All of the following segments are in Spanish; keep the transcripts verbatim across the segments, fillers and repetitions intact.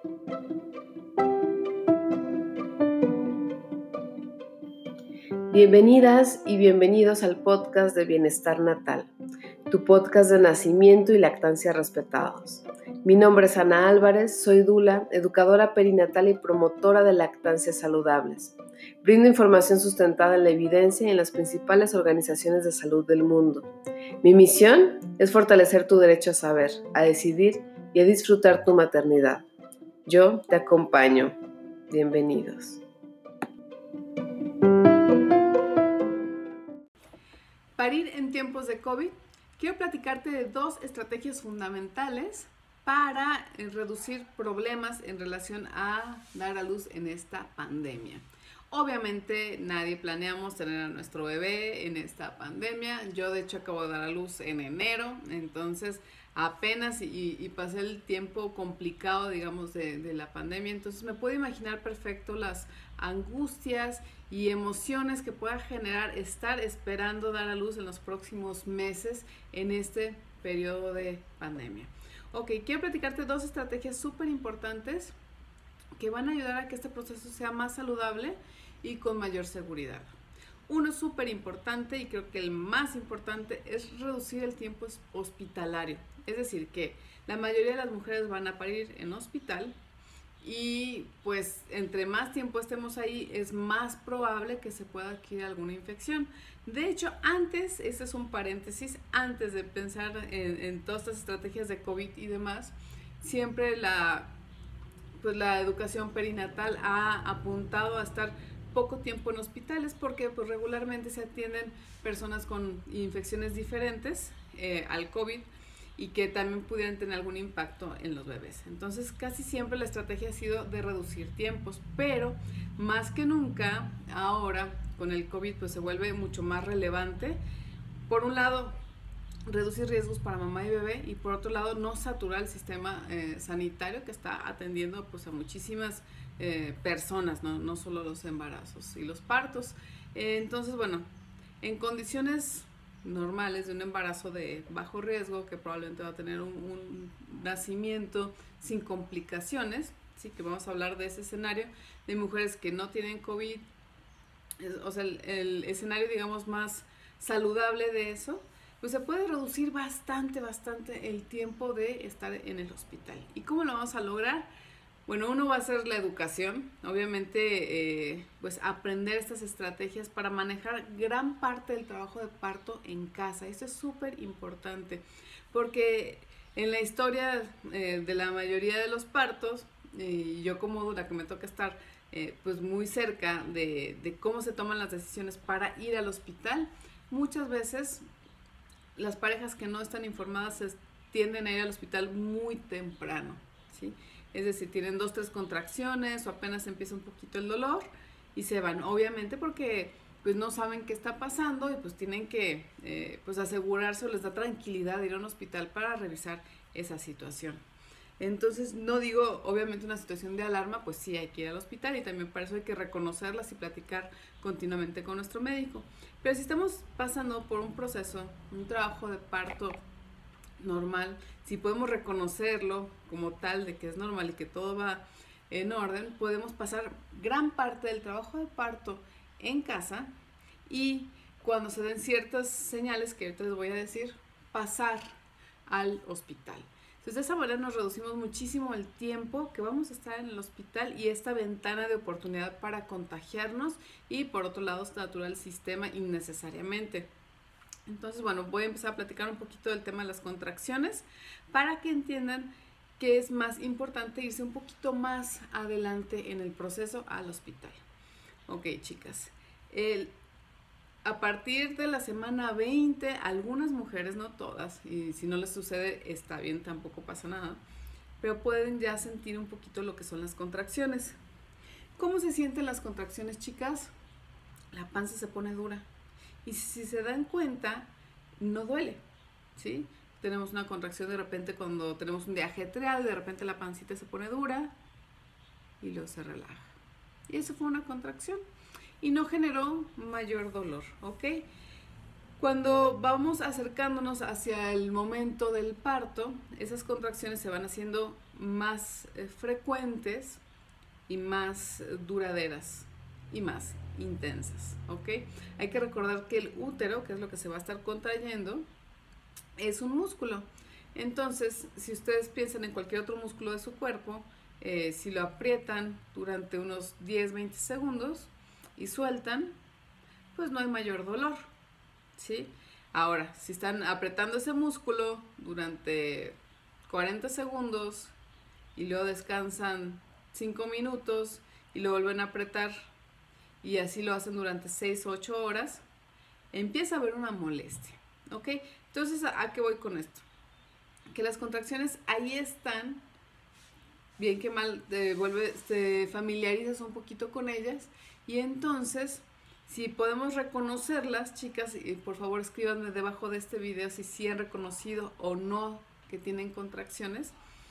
Bienvenidas y bienvenidos al podcast de Bienestar Natal, tu podcast de nacimiento y lactancia respetados. Mi nombre es Ana Álvarez, soy dula, educadora perinatal y promotora de lactancias saludables. Brindo información sustentada en la evidencia y en las principales organizaciones de salud del mundo. Mi misión es fortalecer tu derecho a saber, a decidir y a disfrutar tu maternidad. Yo te acompaño. Bienvenidos. Parir en tiempos de COVID, quiero platicarte de dos estrategias fundamentales para eh, reducir problemas en relación a dar a luz en esta pandemia. Obviamente nadie planeamos tener a nuestro bebé en esta pandemia. Yo de hecho acabo de dar a luz en enero, entonces apenas y, y pasé el tiempo complicado, digamos, de, de la pandemia. Entonces me puedo imaginar perfecto las angustias y emociones que pueda generar estar esperando dar a luz en los próximos meses en este periodo de pandemia. Ok, quiero platicarte dos estrategias súper importantes que van a ayudar a que este proceso sea más saludable y con mayor seguridad. Uno súper importante, y creo que el más importante, es reducir el tiempo hospitalario. Es decir, que la mayoría de las mujeres van a parir en hospital y pues entre más tiempo estemos ahí es más probable que se pueda adquirir alguna infección. De hecho, antes, este es un paréntesis, antes de pensar en, en todas estas estrategias de COVID y demás, siempre la, pues la educación perinatal ha apuntado a estar poco tiempo en hospitales porque pues regularmente se atienden personas con infecciones diferentes eh, al COVID y que también pudieran tener algún impacto en los bebés. Entonces casi siempre la estrategia ha sido de reducir tiempos, pero más que nunca ahora con el COVID pues se vuelve mucho más relevante. Por un lado, reducir riesgos para mamá y bebé, y por otro lado no saturar el sistema eh, sanitario que está atendiendo pues a muchísimas eh, personas, ¿no? No solo los embarazos y los partos. Eh, entonces bueno, en condiciones normales de un embarazo de bajo riesgo, que probablemente va a tener un, un nacimiento sin complicaciones, sí, que vamos a hablar de ese escenario, de mujeres que no tienen COVID, es, o sea, el, el escenario digamos más saludable de eso, pues se puede reducir bastante, bastante el tiempo de estar en el hospital. ¿Y cómo lo vamos a lograr? Bueno, uno va a ser la educación, obviamente, eh, pues aprender estas estrategias para manejar gran parte del trabajo de parto en casa. Esto es súper importante, porque en la historia eh, de la mayoría de los partos, eh, yo como dula que me toca estar eh, pues muy cerca de, de cómo se toman las decisiones para ir al hospital, muchas veces las parejas que no están informadas se tienden a ir al hospital muy temprano, ¿sí? Es decir, tienen dos, tres contracciones o apenas empieza un poquito el dolor y se van, obviamente porque pues no saben qué está pasando y pues tienen que eh, pues asegurarse o les da tranquilidad de ir a un hospital para revisar esa situación. Entonces, no digo, obviamente una situación de alarma, pues sí hay que ir al hospital y también para eso hay que reconocerlas y platicar continuamente con nuestro médico. Pero si estamos pasando por un proceso, un trabajo de parto normal, si podemos reconocerlo como tal de que es normal y que todo va en orden, podemos pasar gran parte del trabajo de parto en casa y cuando se den ciertas señales que ahorita les voy a decir, pasar al hospital. Entonces de esa manera nos reducimos muchísimo el tiempo que vamos a estar en el hospital y esta ventana de oportunidad para contagiarnos y por otro lado saturar el sistema innecesariamente. Entonces, bueno, voy a empezar a platicar un poquito del tema de las contracciones para que entiendan que es más importante irse un poquito más adelante en el proceso al hospital. Ok, chicas, el, a partir de la semana veinte, algunas mujeres, no todas, y si no les sucede está bien, tampoco pasa nada, pero pueden ya sentir un poquito lo que son las contracciones. ¿Cómo se sienten las contracciones, chicas? La panza se pone dura. Y si se dan cuenta, no duele, ¿sí? Tenemos una contracción de repente cuando tenemos un día ajetreado y de repente la pancita se pone dura y luego se relaja. Y eso fue una contracción y no generó mayor dolor, ¿ok? Cuando vamos acercándonos hacia el momento del parto, esas contracciones se van haciendo más eh, frecuentes y más eh, duraderas y más intensas, ¿ok? Hay que recordar que el útero, que es lo que se va a estar contrayendo, es un músculo. Entonces, si ustedes piensan en cualquier otro músculo de su cuerpo, eh, si lo aprietan durante unos diez, veinte segundos y sueltan, pues no hay mayor dolor, ¿sí? Ahora, si están apretando ese músculo durante cuarenta segundos y luego descansan cinco minutos y lo vuelven a apretar y así lo hacen durante seis o ocho horas, empieza a haber una molestia, ¿ok? Entonces, ¿a qué voy con esto? Que las contracciones ahí están, bien que mal, te, vuelve, te familiarizas un poquito con ellas y entonces, si podemos reconocerlas, chicas, y por favor escríbanme debajo de este video si sí han reconocido o no que tienen contracciones,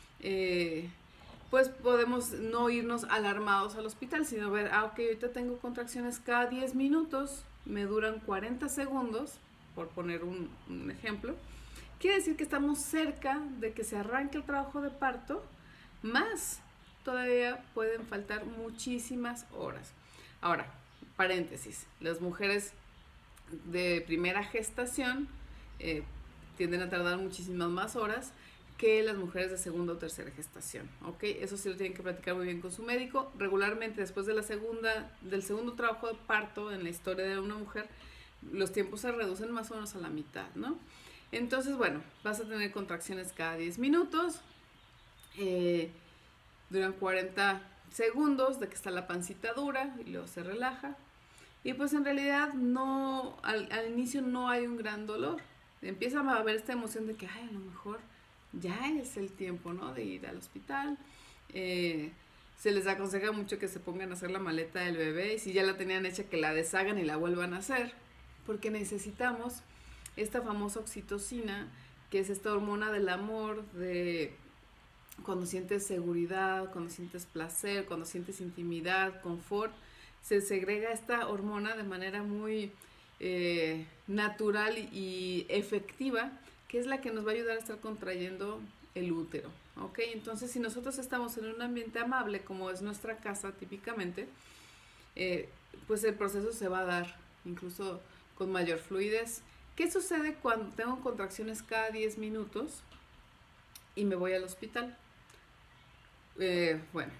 eh, pues podemos no irnos alarmados al hospital, sino ver, ah, ok, ahorita tengo contracciones cada diez minutos, me duran cuarenta segundos, por poner un, un ejemplo. Quiere decir que estamos cerca de que se arranque el trabajo de parto, más todavía pueden faltar muchísimas horas. Ahora, paréntesis, las mujeres de primera gestación eh, tienden a tardar muchísimas más horas que las mujeres de segunda o tercera gestación, ¿ok? Eso sí lo tienen que platicar muy bien con su médico. Regularmente después de la segunda, del segundo trabajo de parto en la historia de una mujer, los tiempos se reducen más o menos a la mitad, ¿no? Entonces, bueno, vas a tener contracciones cada diez minutos, eh, duran cuarenta segundos de que está la pancita dura y luego se relaja. Y pues en realidad no, al, al inicio no hay un gran dolor. Empieza a haber esta emoción de que, ay, a lo mejor ya es el tiempo, ¿no? De ir al hospital. Eh, se les aconseja mucho que se pongan a hacer la maleta del bebé y si ya la tenían hecha que la deshagan y la vuelvan a hacer, porque necesitamos esta famosa oxitocina, que es esta hormona del amor, de cuando sientes seguridad, cuando sientes placer, cuando sientes intimidad, confort, se segrega esta hormona de manera muy eh, natural y efectiva, que es la que nos va a ayudar a estar contrayendo el útero, ¿ok? Entonces, si nosotros estamos en un ambiente amable, como es nuestra casa típicamente, eh, pues el proceso se va a dar incluso con mayor fluidez. ¿Qué sucede cuando tengo contracciones cada diez minutos y me voy al hospital? Eh, bueno,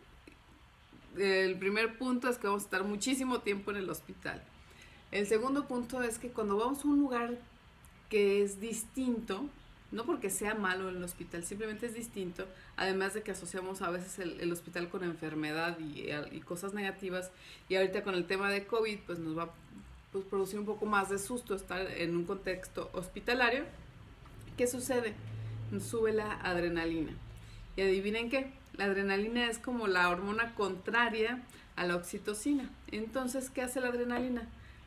el primer punto es que vamos a estar muchísimo tiempo en el hospital. El segundo punto es que cuando vamos a un lugar que es distinto, no porque sea malo el hospital, simplemente es distinto, además de que asociamos a veces el, el hospital con enfermedad y, y cosas negativas, y ahorita con el tema de COVID pues nos va a pues, producir un poco más de susto estar en un contexto hospitalario. ¿Qué sucede? Nos sube la adrenalina. Y adivinen qué, la adrenalina es como la hormona contraria a la oxitocina. Entonces, ¿qué hace la adrenalina?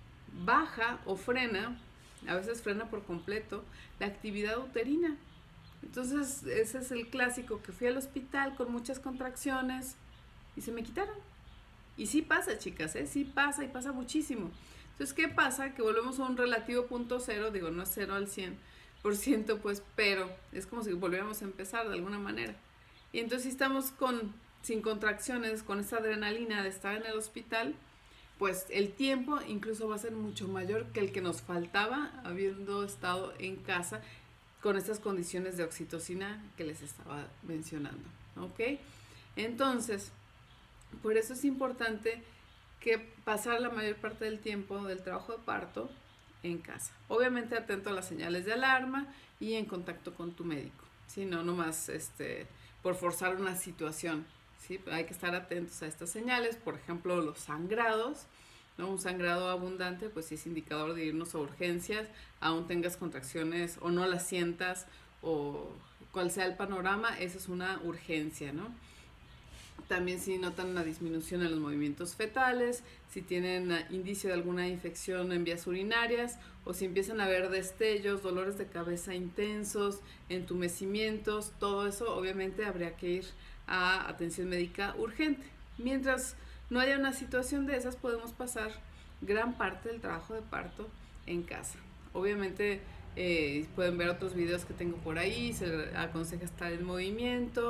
Baja o frena, a veces frena por completo, la actividad uterina. Entonces, ese es el clásico, que fui al hospital con muchas contracciones y se me quitaron. Y sí pasa, chicas, ¿eh? Sí pasa y pasa muchísimo. Entonces, ¿qué pasa? Que volvemos a un relativo punto cero, digo, no es cero al cien por ciento, pues, pero es como si volviéramos a empezar de alguna manera. Y entonces, si estamos con, sin contracciones, con esa adrenalina de estar en el hospital, pues el tiempo incluso va a ser mucho mayor que el que nos faltaba habiendo estado en casa con estas condiciones de oxitocina que les estaba mencionando, ¿ok? Entonces, por eso es importante que pasar la mayor parte del tiempo del trabajo de parto en casa. Obviamente atento a las señales de alarma y en contacto con tu médico, ¿sí? No nomás este, por forzar una situación, ¿sí? Hay que estar atentos a estas señales, por ejemplo, los sangrados, ¿no? Un sangrado abundante, pues sí es indicador de irnos a urgencias, aún tengas contracciones o no las sientas, o cual sea el panorama, esa es una urgencia, ¿no? También si notan una disminución en los movimientos fetales, si tienen indicio de alguna infección en vías urinarias, o si empiezan a haber destellos, dolores de cabeza intensos, entumecimientos, todo eso obviamente habría que ir a atención médica urgente. Mientras no haya una situación de esas, podemos pasar gran parte del trabajo de parto en casa. Obviamente eh, pueden ver otros videos que tengo por ahí, se aconseja estar en movimiento,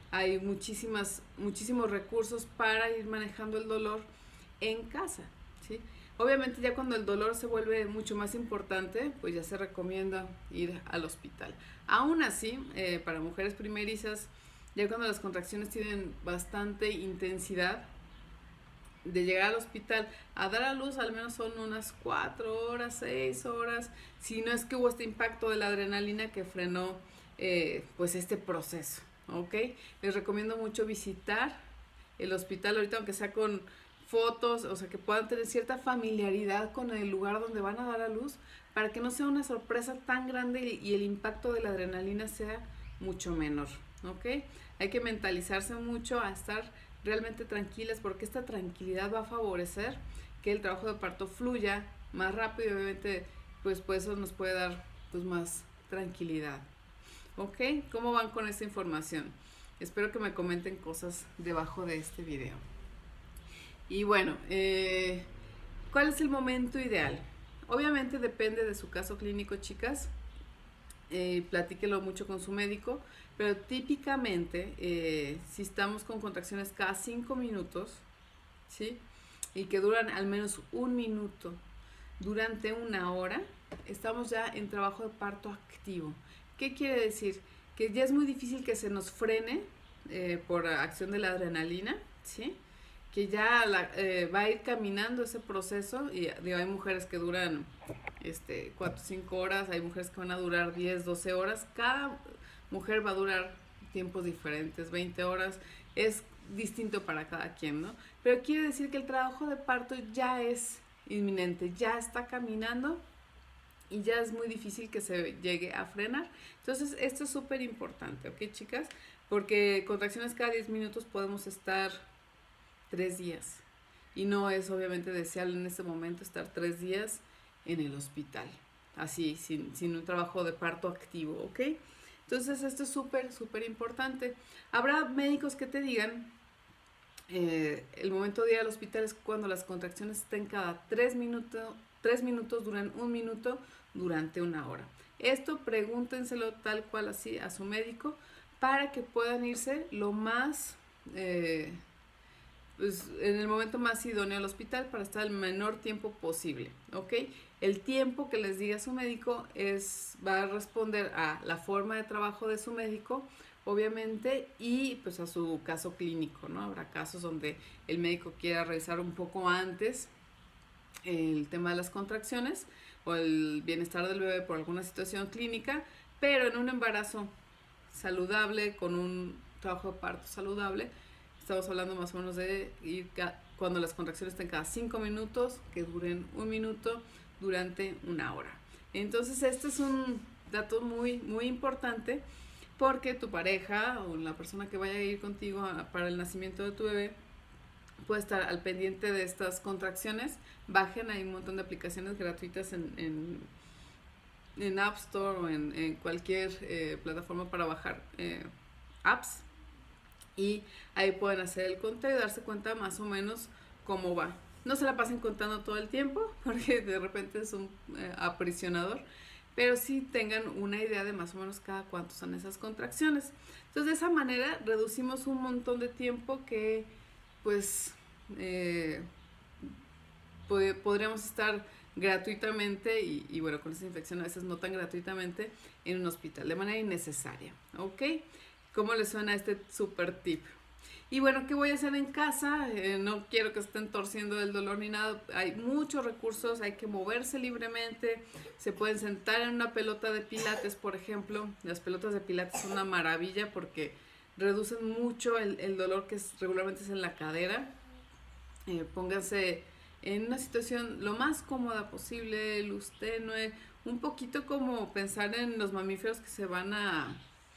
hay muchísimas, muchísimos recursos para ir manejando el dolor en casa, ¿sí? Obviamente ya cuando el dolor se vuelve mucho más importante, pues ya se recomienda ir al hospital. Aún así, eh, para mujeres primerizas, ya cuando las contracciones tienen bastante intensidad, de llegar al hospital a dar a luz al menos son unas cuatro horas, seis horas, si no es que hubo este impacto de la adrenalina que frenó eh, pues este proceso, ¿ok? Les recomiendo mucho visitar el hospital ahorita, aunque sea con fotos, o sea, que puedan tener cierta familiaridad con el lugar donde van a dar a luz, para que no sea una sorpresa tan grande y, y el impacto de la adrenalina sea mucho menor, ¿ok? Hay que mentalizarse mucho a estar realmente tranquilas, porque esta tranquilidad va a favorecer que el trabajo de parto fluya más rápido y obviamente pues, pues eso nos puede dar pues más tranquilidad, ¿ok? ¿Cómo van con esta información? Espero que me comenten cosas debajo de este video. Y bueno, eh, ¿cuál es el momento ideal? Obviamente depende de su caso clínico, chicas. Eh, platíquelo mucho con su médico, pero típicamente eh, si estamos con contracciones cada cinco minutos, ¿sí? Y que duran al menos un minuto durante una hora, estamos ya en trabajo de parto activo. ¿Qué quiere decir? Que ya es muy difícil que se nos frene eh, por acción de la adrenalina, ¿sí? Que ya la, eh, va a ir caminando ese proceso y digo, hay mujeres que duran este, cuatro o cinco horas, hay mujeres que van a durar diez, doce horas, cada mujer va a durar tiempos diferentes, veinte horas, es distinto para cada quien, ¿no? Pero quiere decir que el trabajo de parto ya es inminente, ya está caminando y ya es muy difícil que se llegue a frenar. Entonces esto es súper importante, ¿ok, chicas? Porque contracciones cada diez minutos podemos estar tres días y no es obviamente deseable en este momento estar tres días en el hospital así, sin, sin un trabajo de parto activo, ¿ok? Entonces esto es súper, súper importante. Habrá médicos que te digan eh, el momento de ir al hospital es cuando las contracciones estén cada tres minutos, tres minutos duran un minuto durante una hora. Esto pregúntenselo tal cual así a su médico para que puedan irse lo más eh, pues, en el momento más idóneo al hospital para estar el menor tiempo posible, ¿ok? El tiempo que les diga su médico es, va a responder a la forma de trabajo de su médico, obviamente, y pues a su caso clínico, ¿no? Habrá casos donde el médico quiera revisar un poco antes el tema de las contracciones o el bienestar del bebé por alguna situación clínica, pero en un embarazo saludable, con un trabajo de parto saludable, estamos hablando más o menos de ir cuando las contracciones estén cada cinco minutos, que duren un minuto durante una hora. Entonces este es un dato muy, muy importante porque tu pareja o la persona que vaya a ir contigo a, para el nacimiento de tu bebé puede estar al pendiente de estas contracciones. Bajen, hay un montón de aplicaciones gratuitas en, en, en App Store o en, en cualquier eh, plataforma para bajar eh, apps. Y ahí pueden hacer el conteo y darse cuenta más o menos cómo va. No se la pasen contando todo el tiempo, porque de repente es un eh, aprisionador, pero sí tengan una idea de más o menos cada cuánto son esas contracciones. Entonces, de esa manera reducimos un montón de tiempo que, pues, eh, pod- podríamos estar gratuitamente, y, y bueno, con esa infección a veces no tan gratuitamente, en un hospital, de manera innecesaria, ¿ok? ¿Cómo les suena este super tip? Y bueno, ¿qué voy a hacer en casa? Eh, no quiero que estén torciendo del dolor ni nada. Hay muchos recursos, hay que moverse libremente. Se pueden sentar en una pelota de pilates, por ejemplo. Las pelotas de pilates son una maravilla porque reducen mucho el, el dolor que es, regularmente es en la cadera. Eh, pónganse en una situación lo más cómoda posible, luz tenue, un poquito como pensar en los mamíferos que se van a...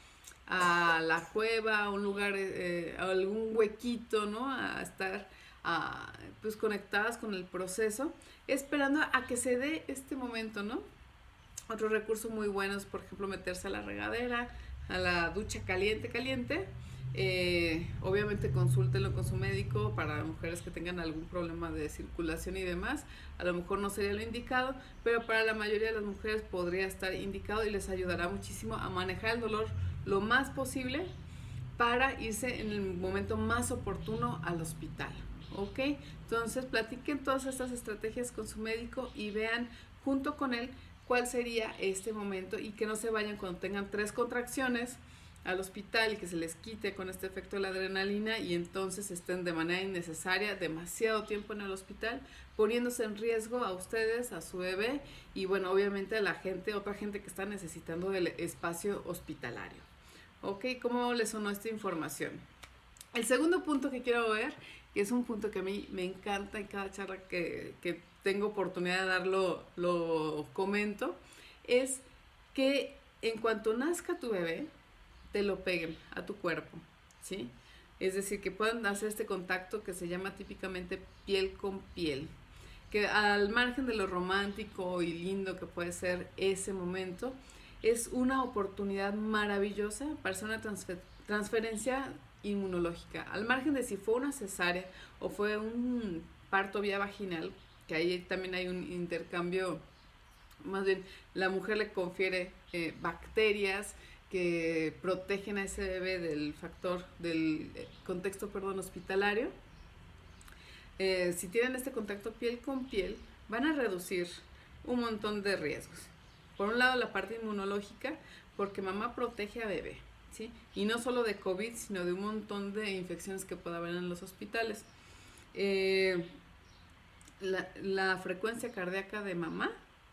a la cueva, a un lugar, eh, a algún huequito, ¿no? A estar a, pues conectadas con el proceso, esperando a que se dé este momento, ¿no? Otro recurso muy bueno es, por ejemplo, meterse a la regadera, a la ducha caliente, caliente. Eh, obviamente consúltenlo con su médico para mujeres que tengan algún problema de circulación y demás. A lo mejor no sería lo indicado, pero para la mayoría de las mujeres podría estar indicado y les ayudará muchísimo a manejar el dolor lo más posible para irse en el momento más oportuno al hospital. ¿Ok? Entonces platiquen todas estas estrategias con su médico y vean junto con él cuál sería este momento, y que no se vayan cuando tengan tres contracciones al hospital y que se les quite con este efecto de la adrenalina y entonces estén de manera innecesaria demasiado tiempo en el hospital, poniéndose en riesgo a ustedes, a su bebé y bueno, obviamente a la gente, otra gente que está necesitando del espacio hospitalario. ¿Ok? ¿Cómo les sonó esta información? El segundo punto que quiero ver, que es un punto que a mí me encanta en cada charla que, que tengo oportunidad de darlo, lo comento, es que en cuanto nazca tu bebé, te lo peguen a tu cuerpo, ¿sí? Es decir, que puedan hacer este contacto que se llama típicamente piel con piel, que al margen de lo romántico y lindo que puede ser ese momento, es una oportunidad maravillosa para hacer una transfer transferencia inmunológica, al margen de si fue una cesárea o fue un parto vía vaginal, que ahí también hay un intercambio, más bien la mujer le confiere eh, bacterias que protegen a ese bebé del factor, del contexto, perdón, hospitalario. Eh, si tienen este contacto piel con piel, van a reducir un montón de riesgos. Por un lado, la parte inmunológica, porque mamá protege a bebé, ¿sí? Y no solo de COVID, sino de un montón de infecciones que pueda haber en los hospitales. Eh, la, la frecuencia cardíaca de mamá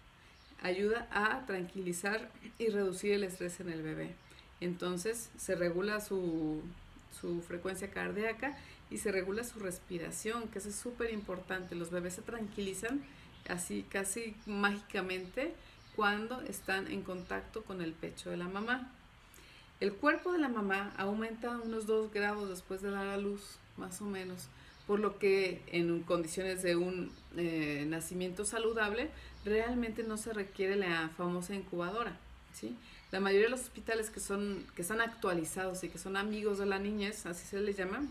ayuda a tranquilizar y reducir el estrés en el bebé. Entonces se regula su, su frecuencia cardíaca y se regula su respiración, que eso es súper importante. Los bebés se tranquilizan así casi mágicamente cuando están en contacto con el pecho de la mamá. El cuerpo de la mamá aumenta unos dos grados después de dar a luz, más o menos, por lo que en condiciones de un eh, nacimiento saludable realmente no se requiere la famosa incubadora, ¿sí? La mayoría de los hospitales que son que están actualizados y que son amigos de la niñez, así se les llama,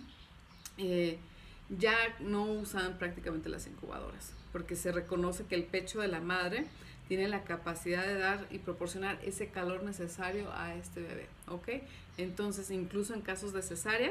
eh, ya no usan prácticamente las incubadoras, porque se reconoce que el pecho de la madre tiene la capacidad de dar y proporcionar ese calor necesario a este bebé, ¿ok? Entonces, incluso en casos de cesárea,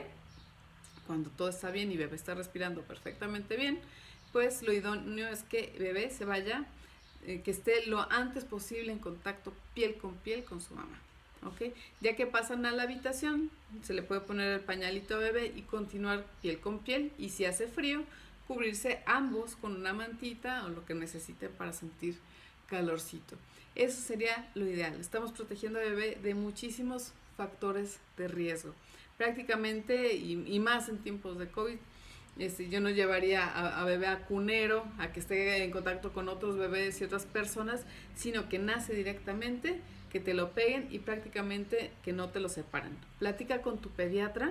cuando todo está bien y bebé está respirando perfectamente bien, pues lo idóneo es que bebé se vaya, eh, que esté lo antes posible en contacto piel con piel con su mamá, ¿ok? Ya que pasan a la habitación, se le puede poner el pañalito a bebé y continuar piel con piel, y si hace frío, cubrirse ambos con una mantita o lo que necesite para sentir calorcito. Eso sería lo ideal. Estamos protegiendo al bebé de muchísimos factores de riesgo. Prácticamente, y, y más en tiempos de COVID, este, yo no llevaría a, a bebé a cunero, a que esté en contacto con otros bebés y otras personas, sino que nace directamente, que te lo peguen y prácticamente que no te lo separen. Platica con tu pediatra,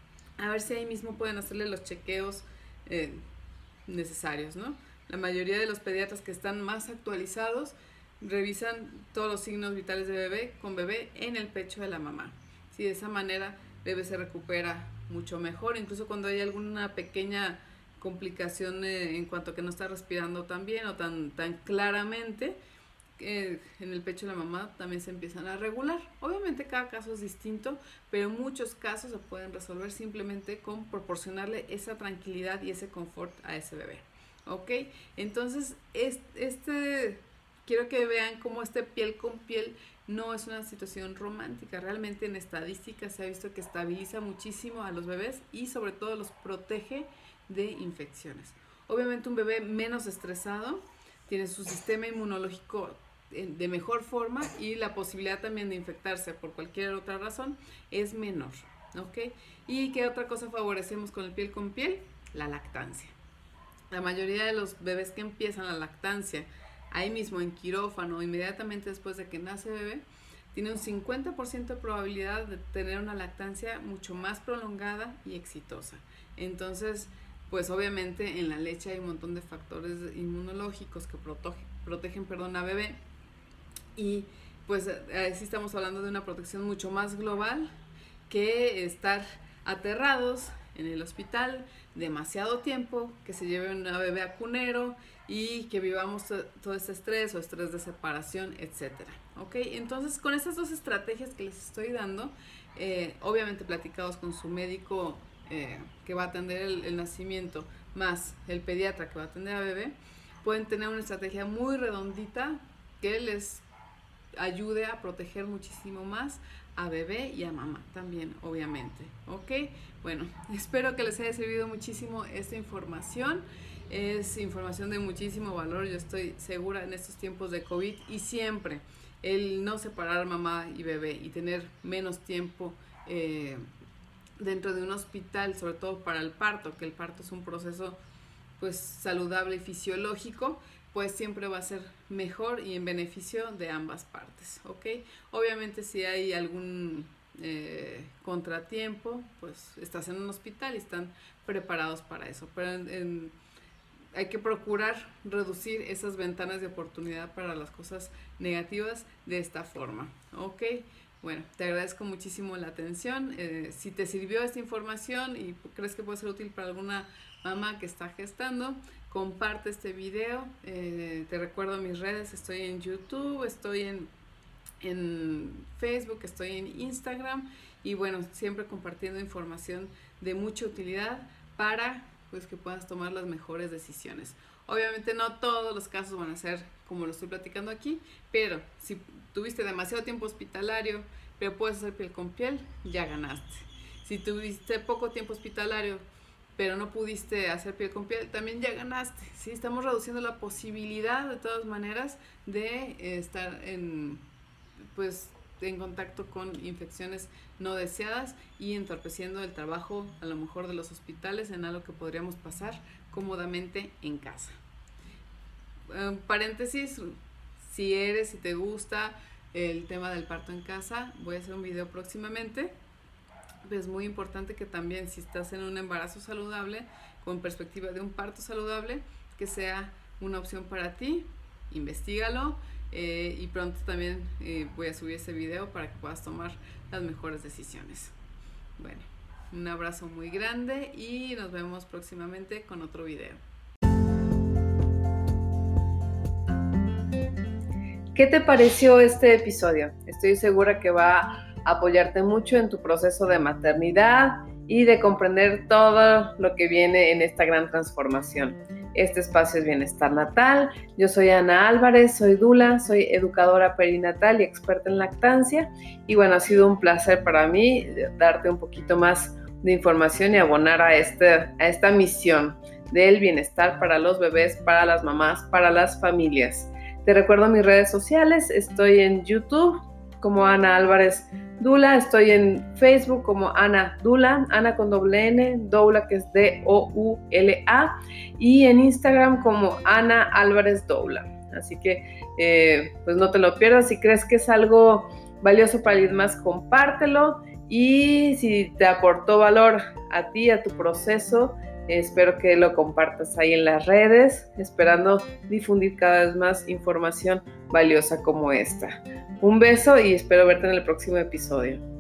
a ver si ahí mismo pueden hacerle los chequeos eh, necesarios, ¿no? La mayoría de los pediatras que están más actualizados revisan todos los signos vitales de bebé con bebé en el pecho de la mamá. Sí, de esa manera bebé se recupera mucho mejor, incluso cuando hay alguna pequeña complicación eh, en cuanto a que no está respirando tan bien o tan, tan claramente, eh, en el pecho de la mamá también se empiezan a regular. Obviamente cada caso es distinto, pero en muchos casos se pueden resolver simplemente con proporcionarle esa tranquilidad y ese confort a ese bebé, ¿ok? Entonces, este, este quiero que vean cómo este piel con piel no es una situación romántica. Realmente en estadística se ha visto que estabiliza muchísimo a los bebés y sobre todo los protege de infecciones. Obviamente un bebé menos estresado tiene su sistema inmunológico de mejor forma y la posibilidad también de infectarse por cualquier otra razón es menor, ¿ok? ¿Y qué otra cosa favorecemos con el piel con piel? La lactancia. La mayoría de los bebés que empiezan la lactancia ahí mismo en quirófano, inmediatamente después de que nace bebé, tiene un cincuenta por ciento de probabilidad de tener una lactancia mucho más prolongada y exitosa. Entonces, pues obviamente en la leche hay un montón de factores inmunológicos que protege, protegen perdón, a bebé, y pues así estamos hablando de una protección mucho más global que estar aterrados en el hospital demasiado tiempo, que se lleve una bebé a cunero y que vivamos todo este estrés o estrés de separación, etcétera. ¿Ok? Entonces, con estas dos estrategias que les estoy dando, eh, obviamente platicados con su médico eh, que va a atender el, el nacimiento, más el pediatra que va a atender a bebé, pueden tener una estrategia muy redondita que les ayude a proteger muchísimo más a bebé y a mamá también, obviamente. ¿Ok? Bueno, espero que les haya servido muchísimo esta información. Es información de muchísimo valor, yo estoy segura en estos tiempos de COVID, y siempre el no separar mamá y bebé y tener menos tiempo eh, dentro de un hospital, sobre todo para el parto, que el parto es un proceso pues saludable y fisiológico, pues siempre va a ser mejor y en beneficio de ambas partes, ¿ok? Obviamente si hay algún eh, contratiempo, pues estás en un hospital y están preparados para eso, pero en, en, hay que procurar reducir esas ventanas de oportunidad para las cosas negativas de esta forma, ¿ok? Bueno, te agradezco muchísimo la atención. Eh, si te sirvió esta información y crees que puede ser útil para alguna mamá que está gestando, comparte este video. Eh, te recuerdo mis redes, estoy en YouTube, estoy en, en Facebook, estoy en Instagram, y bueno, siempre compartiendo información de mucha utilidad para pues que puedas tomar las mejores decisiones. Obviamente no todos los casos van a ser como lo estoy platicando aquí, pero si tuviste demasiado tiempo hospitalario, pero puedes hacer piel con piel, ya ganaste. Si tuviste poco tiempo hospitalario, pero no pudiste hacer piel con piel, también ya ganaste. ¿Sí? Estamos reduciendo la posibilidad de todas maneras de eh, estar en, pues, en contacto con infecciones no deseadas y entorpeciendo el trabajo a lo mejor de los hospitales en algo que podríamos pasar cómodamente en casa. Eh, paréntesis, si eres, si te gusta el tema del parto en casa, voy a hacer un video próximamente. Es muy importante que también, si estás en un embarazo saludable, con perspectiva de un parto saludable, que sea una opción para ti. Investígalo, eh, y pronto también eh, voy a subir ese video para que puedas tomar las mejores decisiones. Bueno, un abrazo muy grande y nos vemos próximamente con otro video. ¿Qué te pareció este episodio? Estoy segura que va a apoyarte mucho en tu proceso de maternidad y de comprender todo lo que viene en esta gran transformación. Este espacio es Bienestar Natal. Yo soy Ana Álvarez, soy Dula, soy educadora perinatal y experta en lactancia. Y bueno, ha sido un placer para mí darte un poquito más de información y abonar a, este, a esta misión del bienestar para los bebés, para las mamás, para las familias. Te recuerdo mis redes sociales, estoy en YouTube como Ana Álvarez Dula, estoy en Facebook como Ana Dula, Ana con doble N, Doula que es D O U L A, y en Instagram como Ana Álvarez Doula. Así que eh, pues no te lo pierdas. Si crees que es algo valioso para alguien más, compártelo, y si te aportó valor a ti, a tu proceso, espero que lo compartas ahí en las redes, esperando difundir cada vez más información valiosa como esta. Un beso y espero verte en el próximo episodio.